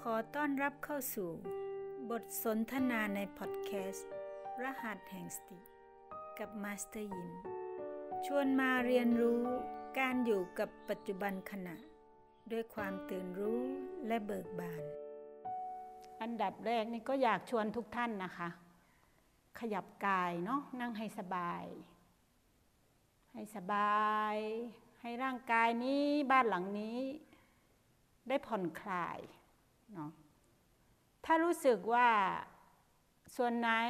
อต้อนรับเข้าสู่บทสนทนาในพอดแคสต์รหัสแห่งสติกับมาสเตอร์ยิมชวนมาเรียนรู้การอยู่กับปัจจุบันขณะด้วยความตื่นรู้และเบิกบานอันดับแรกนี่ก็อยากชวนทุกท่านนะคะขยับกายเนาะนั่งให้สบายให้ร่างกายนี้บ้านหลังนี้ได้ผ่อนคลายเนาะถ้ารู้สึกว่าส่วนไหน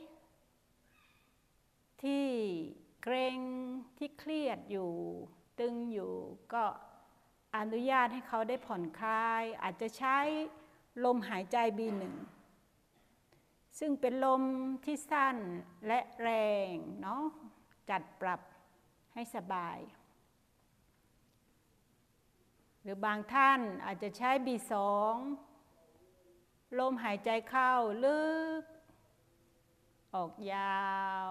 ที่เกร็งที่เครียดอยู่ตึงอยู่ก็อนุญาตให้เขาได้ผ่อนคลายอาจจะใช้ลมหายใจ B1 ซึ่งเป็นลมที่สั้นและแรงเนาะจัดปรับให้สบายหรือบางท่านอาจจะใช้ B2 ลมหายใจเข้าลึกออกยาว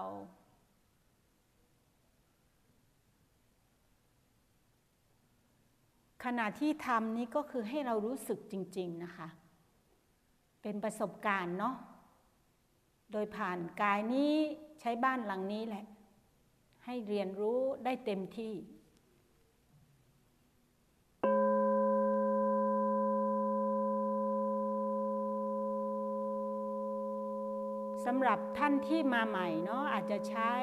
ขณะที่ทำนี้ก็คือให้เรารู้สึกจริงๆนะคะเป็นประสบการณ์เนาะโดยผ่านกายนี้ใช้บ้านหลังนี้แหละให้เรียนรู้ได้เต็มที่สำหรับท่านที่มาใหม่เนาะอาจจะใช้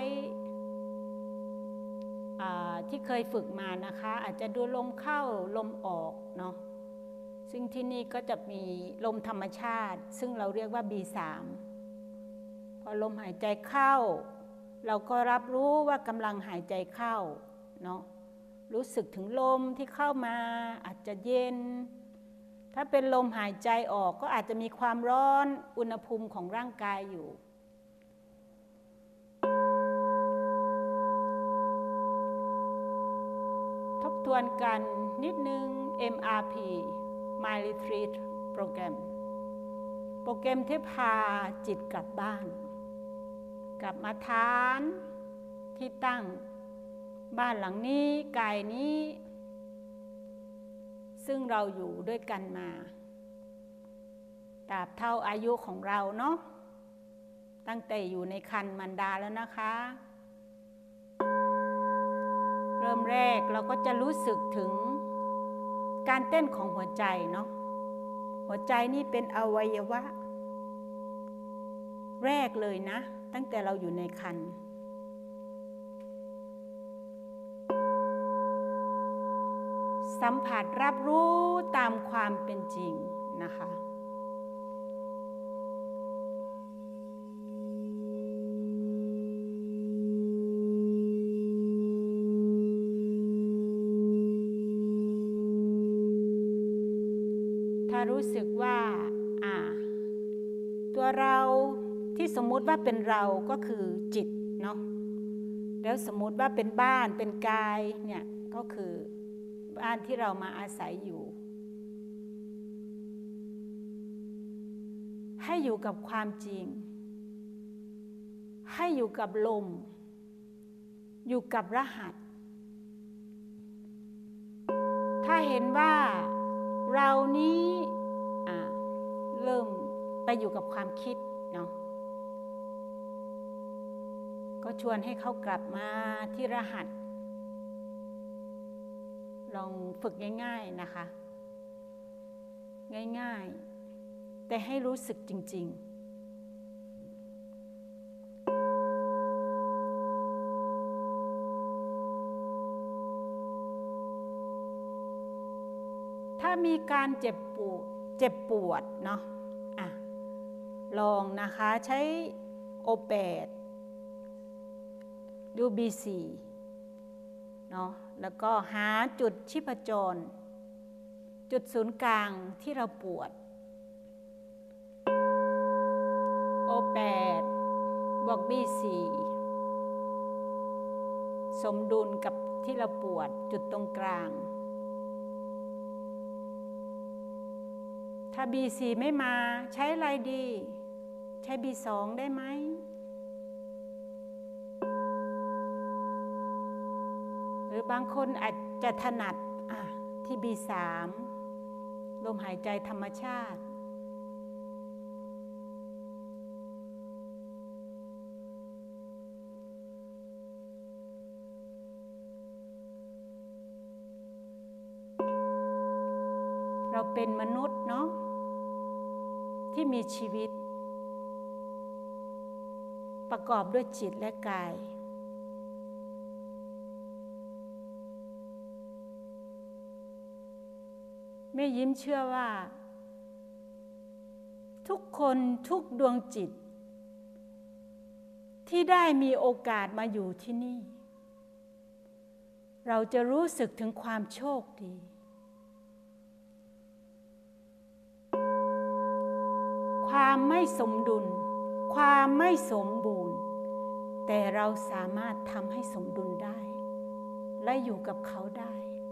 ที่เคยฝึกมานะคะอาจจะดูลมเข้าลมออกเนาะซึ่งที่นี่ก็จะมีลมธรรมชาติซึ่งเราเรียกว่า B3 พอลมหายใจเข้าเราก็รับรู้ว่ากำลังหายใจเข้าเนาะรู้สึกถึงลมที่เข้ามาอาจจะเย็นถ้าเป็นลมหายใจออกก็อาจจะมีความร้อนอุณหภูมิของร่างกายอยู่ทบทวนกันนิดนึง MRP My Retreat โปรแกรมที่พาจิตกลับบ้านกลับมาฐานที่ตั้งบ้านหลังนี้กายนี้ซึ่งเราอยู่ด้วยกันมาตราบเท่าอายุของเราเนาะตั้งแต่อยู่ในครรภ์มารดาแล้วนะคะเริ่มแรกเราก็จะรู้สึกถึงการเต้นของหัวใจเนาะหัวใจนี่เป็นอวัยวะแรกเลยนะตั้งแต่เราอยู่ในครรภ์สัมผัสรับรู้ตามความเป็นจริงนะคะถ้ารู้สึกว่าตัวเราที่สมมุติว่าเป็นเราก็คือจิตเนาะแล้วสมมุติว่าเป็นบ้านเป็นกายเนี่ยก็คือบ้านที่เรามาอาศัยอยู่ให้อยู่กับความจริงให้อยู่กับลมอยู่กับรหัสถ้าเห็นว่าเรานี้เริ่มไปอยู่กับความคิดเนาะก็ชวนให้เขากลับมาที่รหัสลองฝึกง่ายๆนะคะง่ายๆแต่ให้รู้สึกจริงๆถ้ามีการเจ็บปวดเนาะลองนะคะใช้ O8 ดู B4 เนาะแล้วก็หาจุดชีพจรจุดศูนย์กลางที่เราปวด O8 บวก B4 สมดุลกับที่เราปวดจุดตรงกลางถ้า B4 ไม่มาใช้อะไรดีใช้ B2 ได้ไหมหรือบางคนอาจจะถนัดที่ B3 ลมหายใจธรรมชาติเราเป็นมนุษย์เนาะที่มีชีวิตประกอบด้วยจิตและกายแม่ยิ้มเชื่อว่าทุกคนทุกดวงจิตที่ได้มีโอกาสมาอยู่ที่นี่เราจะรู้สึกถึงความโชคดีความไม่สมดุลความไม่สมบูรณ์แต่เราสามารถทำให้สมดุลได้และอยู่กับเขาได้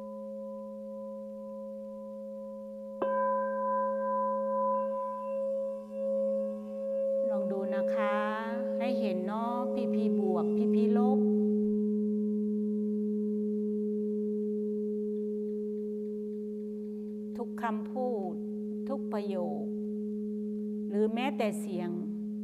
ลองดูนะคะให้เห็นเนาะพีบวกพีลบทุกคำพูดทุกประโยคหรือแม้แต่เสียง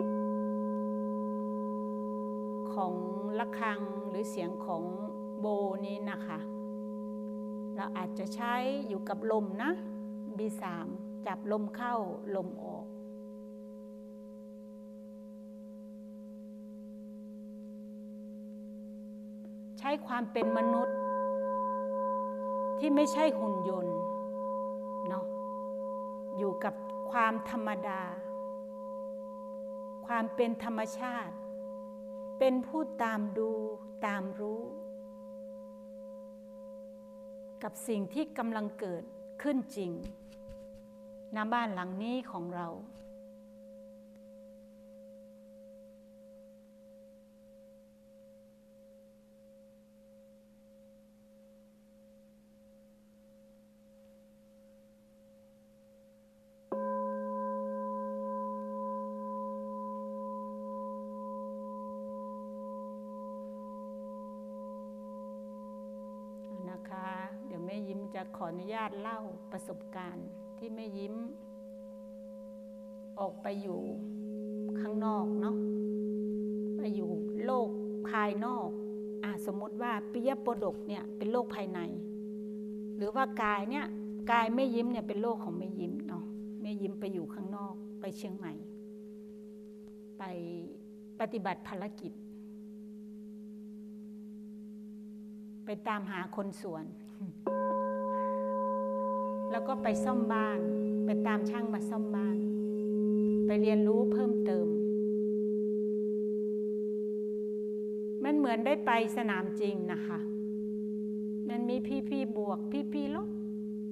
ของระฆังหรือเสียงของโบนี้นะคะเราอาจจะใช้อยู่กับลมนะ B3 จับลมเข้าลมออกใช้ความเป็นมนุษย์ที่ไม่ใช่หุ่นยนต์เนาะอยู่กับความธรรมดาความเป็นธรรมชาติเป็นผู้ตามดูตามรู้กับสิ่งที่กำลังเกิดขึ้นจริงณบ้านหลังนี้ของเราเดี๋ยวแม่ยิ้มจะขออนุญาตเล่าประสบการณ์ที่แม่ยิ้มออกไปอยู่ข้างนอกเนาะไปอยู่โลกภายนอกสมมติว่าปิยโปดกเนี่ยเป็นโลกภายในหรือว่ากายเนี่ยกายแม่ยิ้มเนี่ยเป็นโลกของแม่ยิ้มเนาะแม่ยิ้มไปอยู่ข้างนอกไปเชียงใหม่ไปปฏิบัติภารกิจไปตามหาคนสวนแล้วก็ไปซ่อมบ้านไปตามช่างมาซ่อมบ้านไปเรียนรู้เพิ่มเติมมันเหมือนได้ไปสนามจริงนะคะมันมีพีบวกพีลบ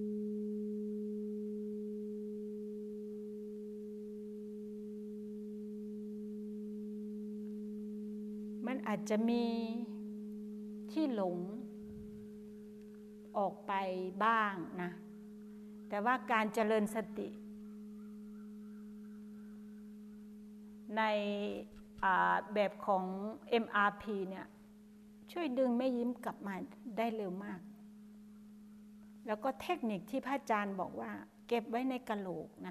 มันอาจจะมีที่หลงออกไปบ้างนะแต่ว่าการเจริญสติในแบบของ MRP เนี่ยช่วยดึงแม่ยิ้มกลับมาได้เร็วมากแล้วก็เทคนิคที่พระอาจารย์บอกว่าเก็บไว้ในกะโหลกนะ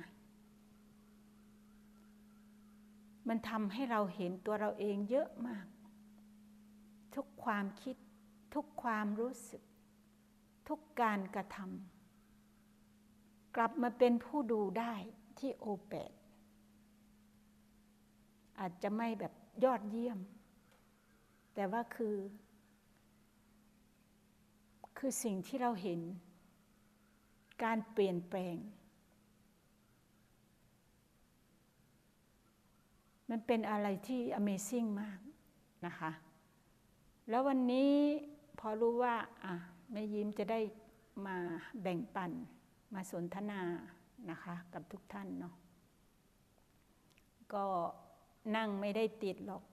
มันทำให้เราเห็นตัวเราเองเยอะมากทุกความคิดทุกความรู้สึกทุกการกระทำกลับมาเป็นผู้ดูได้ที่โอแปดอาจจะไม่แบบยอดเยี่ยมแต่ว่าคือสิ่งที่เราเห็นการเปลี่ยนแปลงมันเป็นอะไรที่ Amazing มากนะคะแล้ววันนี้พอรู้ว่าแม่ยิ้มจะได้มาแบ่งปันมาสนทนานะคะกับทุกท่านเนาะก็นั่งไม่ได้ติดหรอก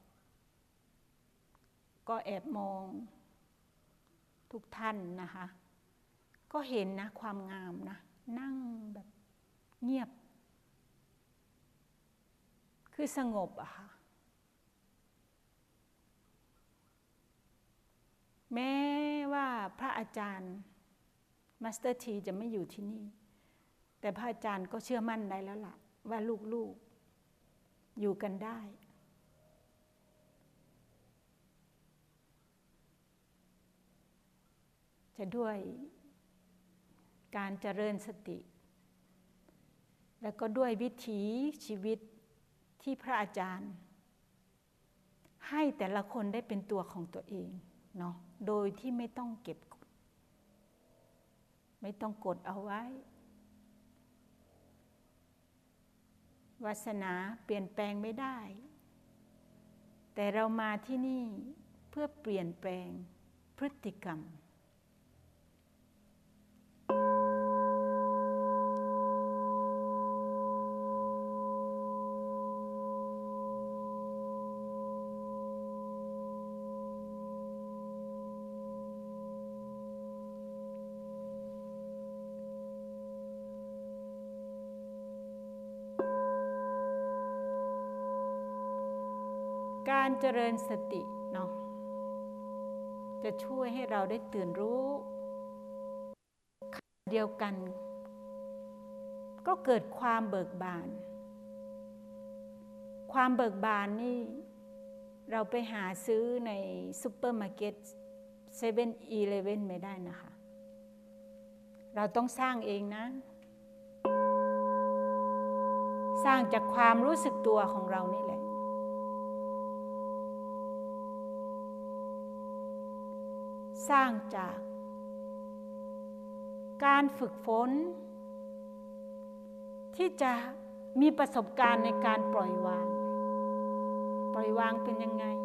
ก็แอบมองทุกท่านนะคะก็เห็นนะความงามนะนั่งแบบเงียบคือสงบอะค่ะแม้ว่าพระอาจารย์มาสเตอร์ทีจะไม่อยู่ที่นี่แต่พระอาจารย์ก็เชื่อมั่นได้แล้วล่ะว่าลูกๆอยู่กันได้จะด้วยการเจริญสติแล้วก็ด้วยวิถีชีวิตที่พระอาจารย์ให้แต่ละคนได้เป็นตัวของตัวเองเนาะโดยที่ไม่ต้องเก็บกดไม่ต้องกดเอาไว้วาสนาเปลี่ยนแปลงไม่ได้แต่เรามาที่นี่เพื่อเปลี่ยนแปลงพฤติกรรมการเจริญสติเนาะจะช่วยให้เราได้ตื่นรู้เดียวกันก็เกิดความเบิกบานความเบิกบานนี่เราไปหาซื้อในซุปเปอร์มาร์เก็ต7-11ไม่ได้นะคะเราต้องสร้างเองนะสร้างจากความรู้สึกตัวของเรานี่แหละสร้างจากการฝึกฝนที่จะมีประสบการณ์ในการปล่อยวางปล่อยวางเป็นยังไง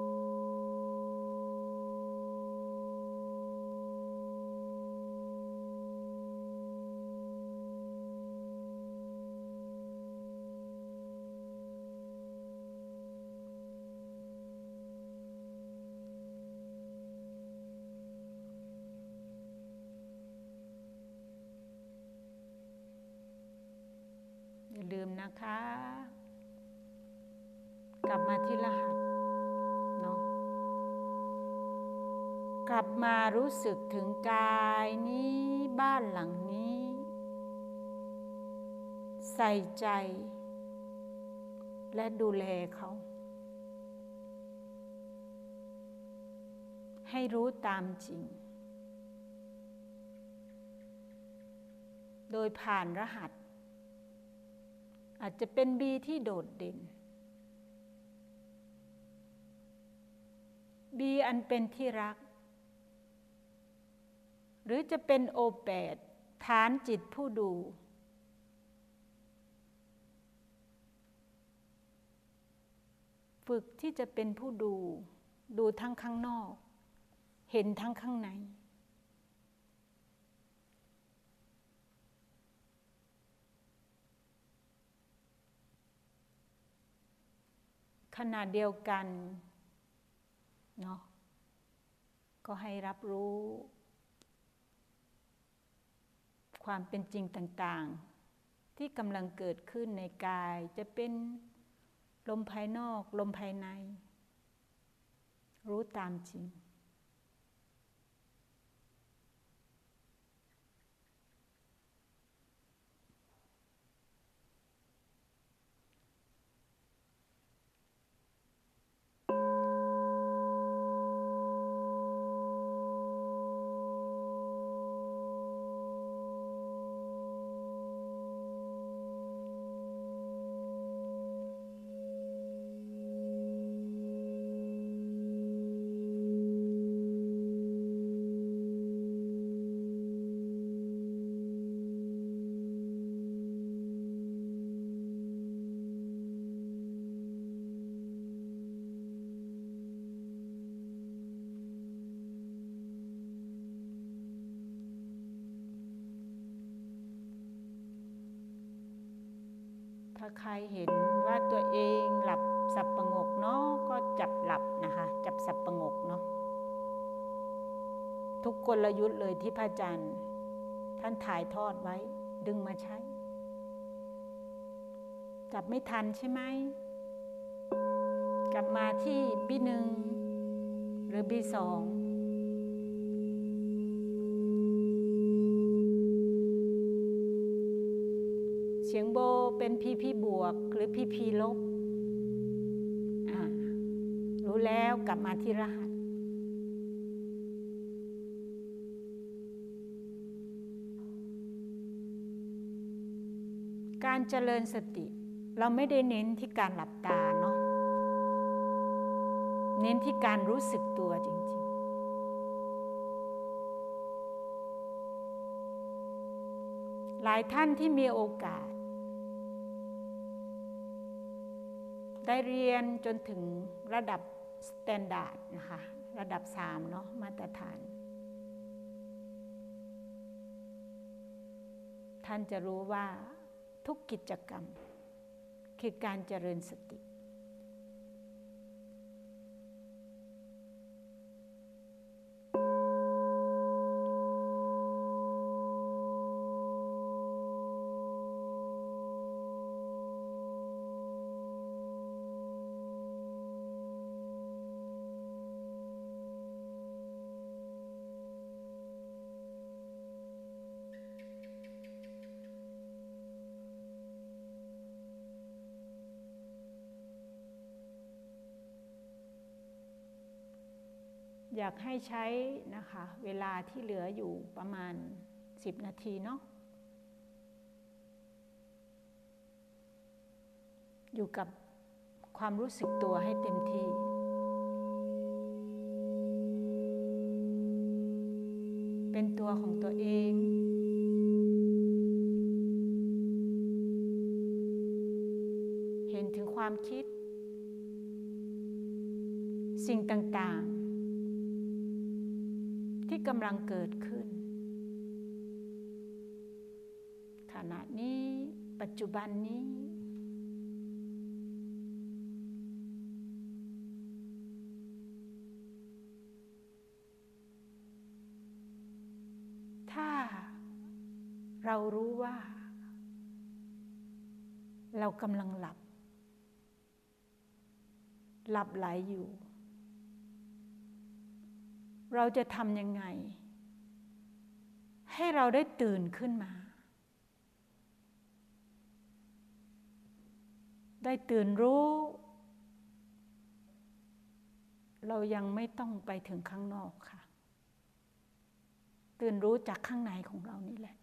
อย่าลืมนะคะกลับมาที่รหัสเนาะกลับมารู้สึกถึงกายนี้บ้านหลังนี้ใส่ใจและดูแลเขาให้รู้ตามจริงโดยผ่านรหัสอาจจะเป็น B ที่โดดเด่น B อันเป็นที่รักหรือจะเป็น O8 ฐานจิตผู้ดูฝึกที่จะเป็นผู้ดูทั้งข้างนอกเห็นทั้งข้างในขณะเดียวกันเนาะก็ให้รับรู้ความเป็นจริงต่างๆที่กำลังเกิดขึ้นในกายจะเป็นลมภายนอกลมภายในรู้ตามจริงถ้าใครเห็นว่าตัวเองหลับสับประงกเนาะก็จับหลับนะคะจับสับประงกเนาะทุกกลยุทธ์เลยที่พระอาจารย์ท่านถ่ายทอดไว้ดึงมาใช้จับไม่ทันใช่ไหมกลับมาที่ B1 หรือ B2เสียงโบเป็น PP บวกหรือ PP ลบรู้แล้วกลับมาที่รหัสการเจริญสติเราไม่ได้เน้นที่การหลับตาเนาะเน้นที่การรู้สึกตัวจริงๆหลายท่านที่มีโอกาสได้เรียนจนถึงระดับสแตนดาร์ดนะคะระดับ3เนาะมาตรฐานท่านจะรู้ว่าทุกกิจกรรมคือการเจริญสติอยากให้ใช้นะคะเวลาที่เหลืออยู่ประมาณ10 นาทีเนาะอยู่กับความรู้สึกตัวให้เต็มที่เป็นตัวของตัวเองเห็นถึงความคิดสิ่งต่างๆที่กำลังเกิดขึ้นขณะนี้ปัจจุบันนี้ถ้าเรารู้ว่าเรากำลังหลับไหลอยู่เราจะทำยังไงให้เราได้ตื่นขึ้นมาได้ตื่นรู้เรายังไม่ต้องไปถึงข้างนอกค่ะตื่นรู้จากข้างในของเรานี่แหละ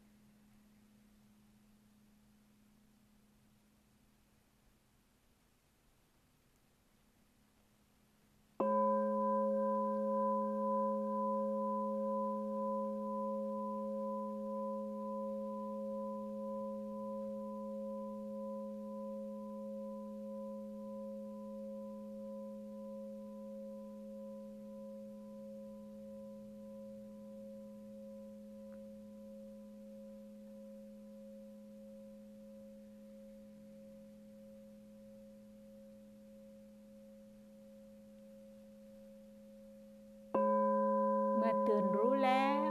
ตื่นรู้แล้ว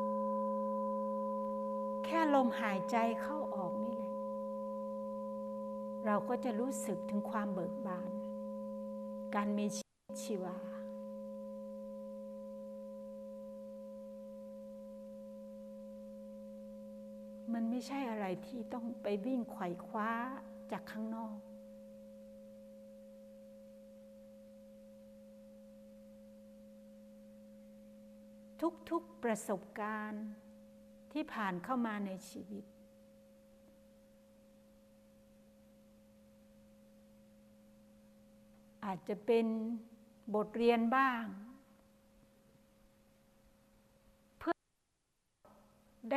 แค่ลมหายใจเข้าออกนี่แหละเราก็จะรู้สึกถึงความเบิกบานการมีชีวามันไม่ใช่อะไรที่ต้องไปวิ่งไขว่คว้าจากข้างนอกทุกประสบการณ์ที่ผ่านเข้ามาในชีวิตอาจจะเป็นบทเรียนบ้างเพื่อได้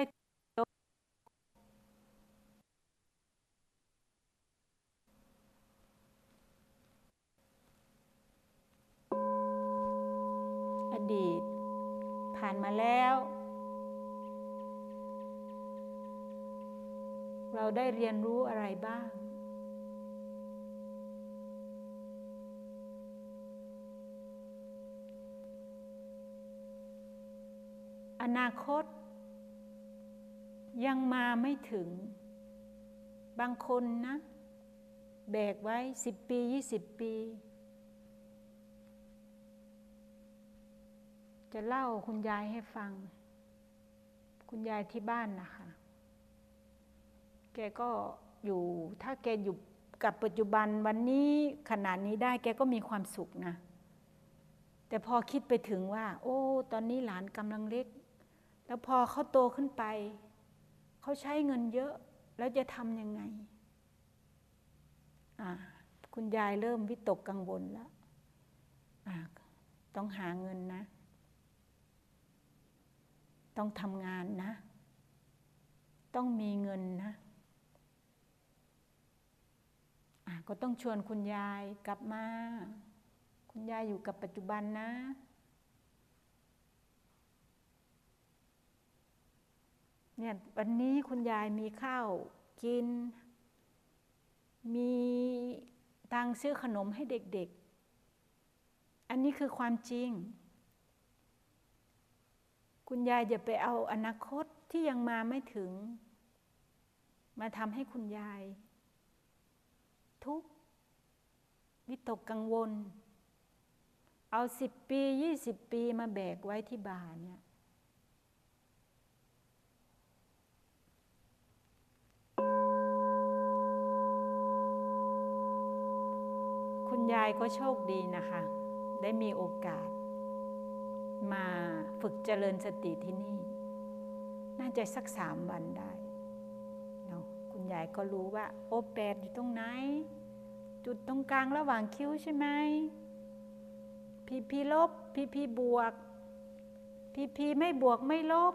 อดีตผ่านมาแล้วเราได้เรียนรู้อะไรบ้างอนาคตยังมาไม่ถึงบางคนนะแบกไว้10 ปี20 ปีจะเล่าคุณยายให้ฟังคุณยายที่บ้านนะคะแกก็อยู่ถ้าแกอยู่กับปัจจุบันวันนี้ขนาดนี้ได้แกก็มีความสุขนะแต่พอคิดไปถึงว่าโอ้ตอนนี้หลานกำลังเล็กแล้วพอเขาโตขึ้นไปเขาใช้เงินเยอะแล้วจะทำยังไงคุณยายเริ่มวิตกกังวลแล้วต้องหาเงินนะต้องทำงานนะต้องมีเงินนะก็ต้องชวนคุณยายกลับมาคุณยายอยู่กับปัจจุบันนะเนี่ยวันนี้คุณยายมีข้าวกินมีตังค์ซื้อขนมให้เด็กๆอันนี้คือความจริงคุณยายอย่าไปเอาอนาคตที่ยังมาไม่ถึงมาทำให้คุณยายทุกข์วิตกกังวลเอา10 ปี20 ปีมาแบกไว้ที่บ่าเนี่ยคุณยายก็โชคดีนะคะได้มีโอกาสมาฝึกเจริญสติที่นี่น่าจะสัก3 วันได้เนาะคุณยายก็รู้ว่าโอ8อยู่ตรงไหนจุดตรงกลางระหว่างคิ้วใช่ไหมพีลบพีบวกพีไม่บวกไม่ลบ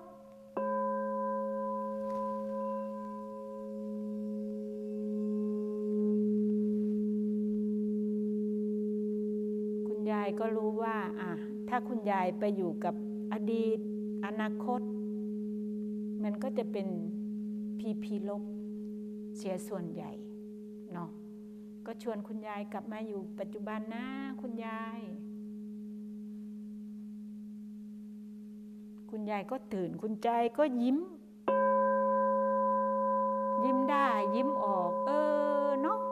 คุณยายก็รู้ว่าถ้าคุณยายไปอยู่กับอดีตอนาคตมันก็จะเป็นพีลบเสียส่วนใหญ่เนาะก็ชวนคุณยายกลับมาอยู่ปัจจุบันนะคุณยายคุณยายก็ตื่นคุณใจก็ยิ้มได้ยิ้มออกเนาะ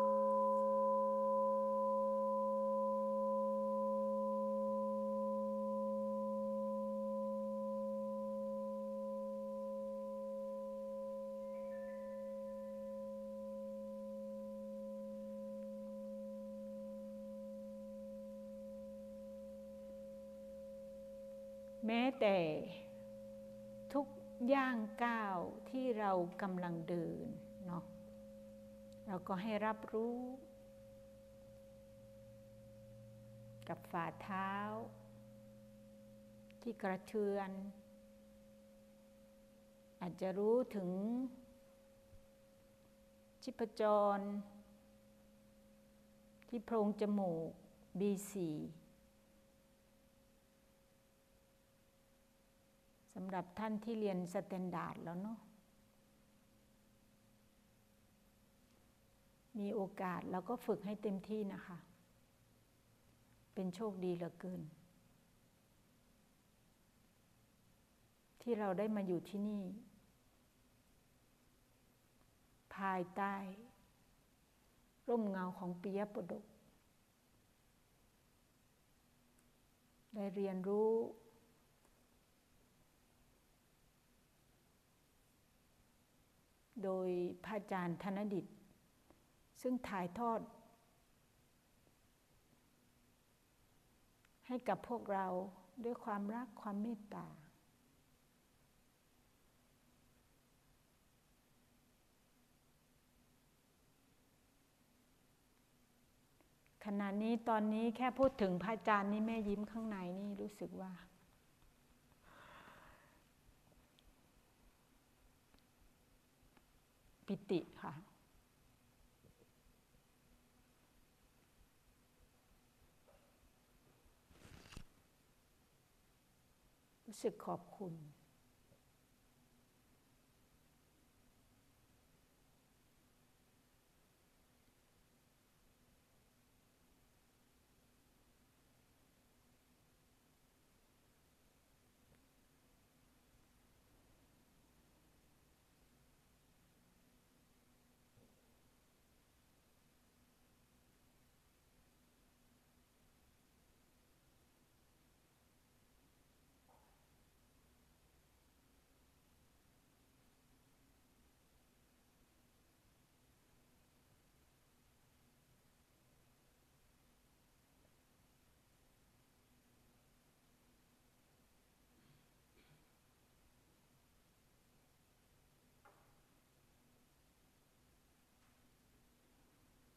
แม้แต่ทุกย่างก้าวที่เรากำลังเดินเนาะเราก็ให้รับรู้กับฝ่าเท้าที่กระเทือนอาจจะรู้ถึงชีพจรที่โพรงจมูก B4สำหรับท่านที่เรียนสแตนดาร์ดแล้วเนาะมีโอกาสเราก็ฝึกให้เต็มที่นะคะเป็นโชคดีเหลือเกินที่เราได้มาอยู่ที่นี่ภายใต้ร่มเงาของปิยปุดกได้เรียนรู้โดยพระอาจารย์ธนดิษฐ์ซึ่งถ่ายทอดให้กับพวกเราด้วยความรักความเมตตาขณะนี้ตอนนี้แค่พูดถึงพระอาจารย์นี่แม่ยิ้มข้างในนี่รู้สึกว่าปิติค่ะรู้สึกขอบคุณ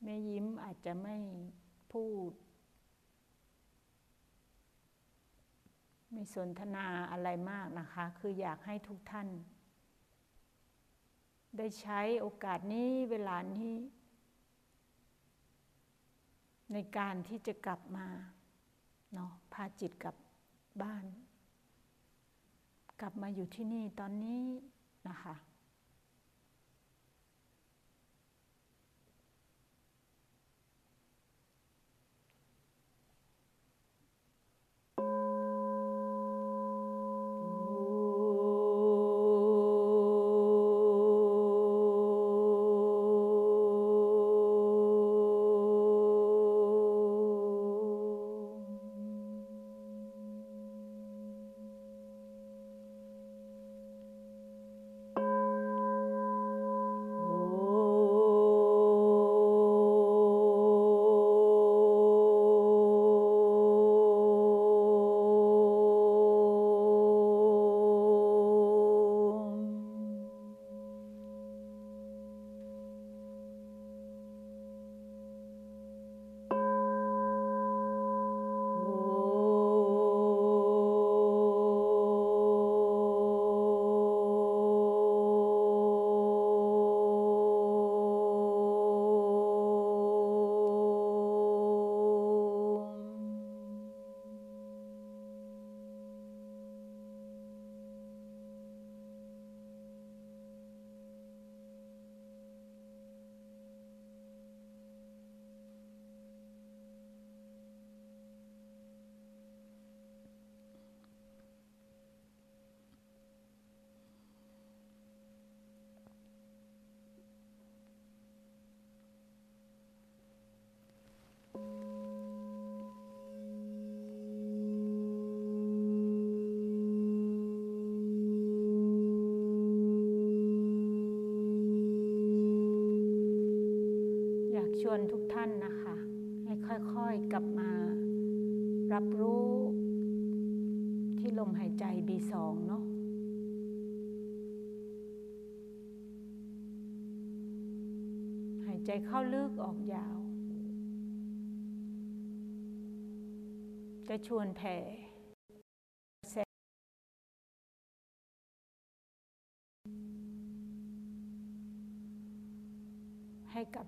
แม่ยิ้มอาจจะไม่พูดไม่สนทนาอะไรมากนะคะคืออยากให้ทุกท่านได้ใช้โอกาสนี้เวลานี้ในการที่จะกลับมาเนาะพาจิตกลับบ้านกลับมาอยู่ที่นี่ตอนนี้นะคะชวนทุกท่านนะคะให้ค่อยๆกลับมารับรู้ที่ลมหายใจ B2 เนาะหายใจเข้าลึกออกยาวจะชวนแผ่ให้กับ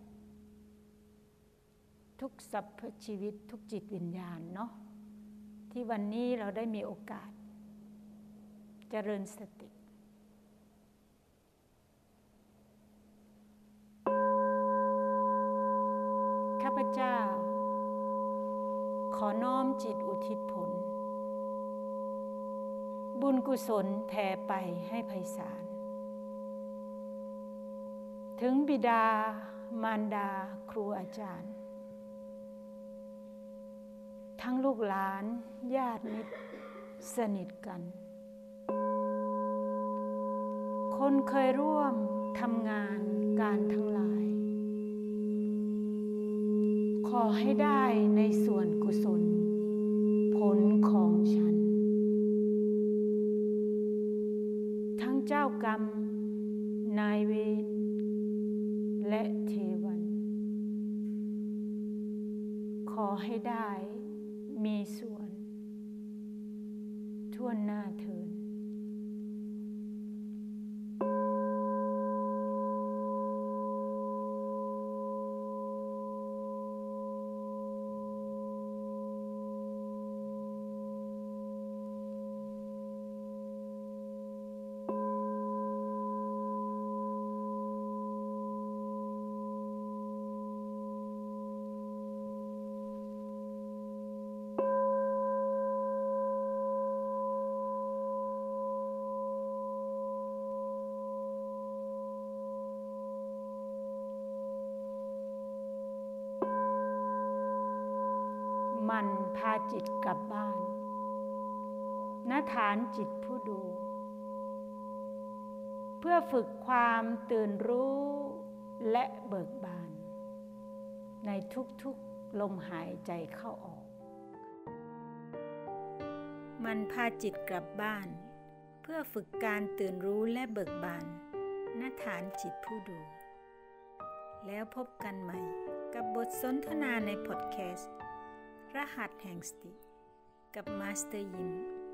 ทุกสรรพชีวิตทุกจิตวิญญาณเนาะที่วันนี้เราได้มีโอกาสเจริญสติข้าพเจ้าขอน้อมจิตอุทิศผลบุญกุศลแผ่ไปให้ไพศาลถึงบิดามารดาครูอาจารย์ทั้งลูกหลานญาติมิตรสนิทกันคนเคยร่วมทำงานการทั้งหลายขอให้ได้ในส่วนกุศลผลของฉันทั้งเจ้ากรรมนายเวรและเทวันขอให้ได้มีส่วนทั่วหน้าเถิดมันพาจิตกลับบ้านณฐานจิตผู้ดูเพื่อฝึกความตื่นรู้และเบิกบานในทุกๆลมหายใจเข้าออกมันพาจิตกลับบ้านเพื่อฝึกการตื่นรู้และเบิกบานณฐานจิตผู้ดูแล้วพบกันใหม่กับบทสนทนาในพอดแคสต์รหัสแห่งสติกับมาสเตอร์ยิม